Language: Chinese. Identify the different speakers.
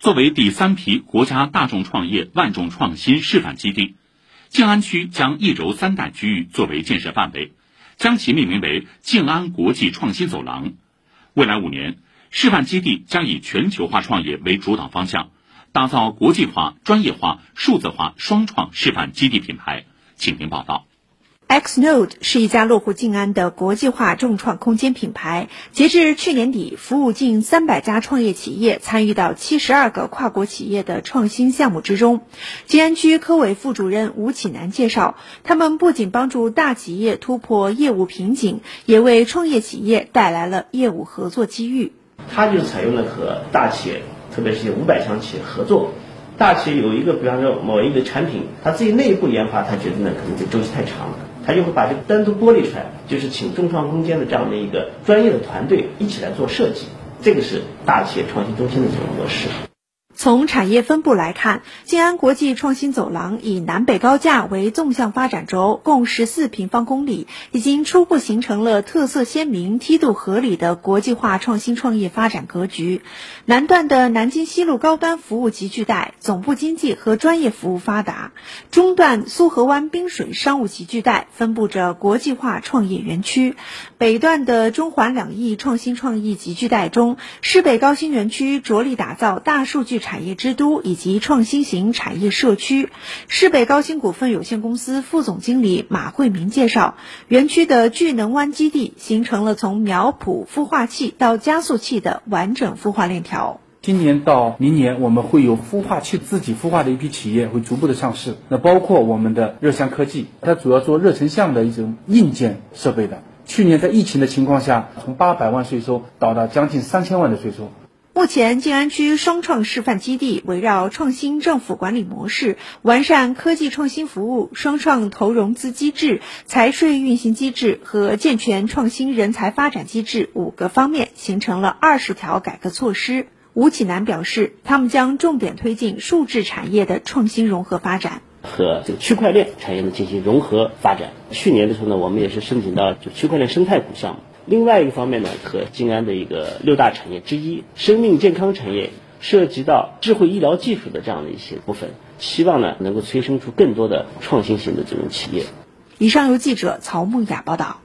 Speaker 1: 作为第3批国家大众创业万众创新示范基地，静安区将一轴3带区域作为建设范围，将其命名为静安国际创新走廊。未来5年，示范基地将以全球化创业为主导方向，打造国际化、专业化、数字化双创示范基地品牌。请听报道。
Speaker 2: Xnode 是一家落户静安的国际化众创空间品牌，截至去年底，服务近300家创业企业，参与到72个跨国企业的创新项目之中。静安区科委副主任吴启南介绍，他们不仅帮助大企业突破业务瓶颈，也为创业企业带来了业务合作机遇。
Speaker 3: 它就是采用了和大企业，特别是500强企业合作。大企业有一个，比方说某一个产品，他自己内部研发，他觉得呢可能这周期太长了，他就会把这个单独剥离出来，就是请众创空间的这样的一个专业的团队一起来做设计，这个是大企业创新中心的这种模式。
Speaker 2: 从产业分布来看，静安国际创新走廊以南北高架为纵向发展轴，共14平方公里，已经初步形成了特色鲜明、梯度合理的国际化创新创业发展格局。南段的南京西路高端服务集聚带，总部经济和专业服务发达；中段苏河湾滨水商务集聚带分布着国际化创业园区；北段的中环2亿创新创意集聚带中，市北高新园区着力打造大数据产业之都以及创新型产业社区。市北高新股份有限公司副总经理马慧明介绍，园区的聚能湾基地形成了从苗圃、孵化器到加速器的完整孵化链条。
Speaker 4: 今年到明年，我们会有孵化器自己孵化的一批企业会逐步的上市，那包括我们的热象科技，它主要做热成像的一种硬件设备的。去年在疫情的情况下，从800万税收到达将近3000万的税收。
Speaker 2: 目前静安区双创示范基地围绕创新政府管理模式、完善科技创新服务、双创投融资机制、财税运行机制和健全创新人才发展机制5个方面，形成了20条改革措施。吴启南表示，他们将重点推进数字产业的创新融合发展，
Speaker 3: 和这个区块链产业呢进行融合发展。去年的时候呢，我们也是申请到就区块链生态股项目。另外一个方面呢，和静安的一个6大产业之一生命健康产业涉及到智慧医疗技术的这样的一些部分，希望呢能够催生出更多的创新型的这种企业。
Speaker 2: 以上由记者曹梦雅报道。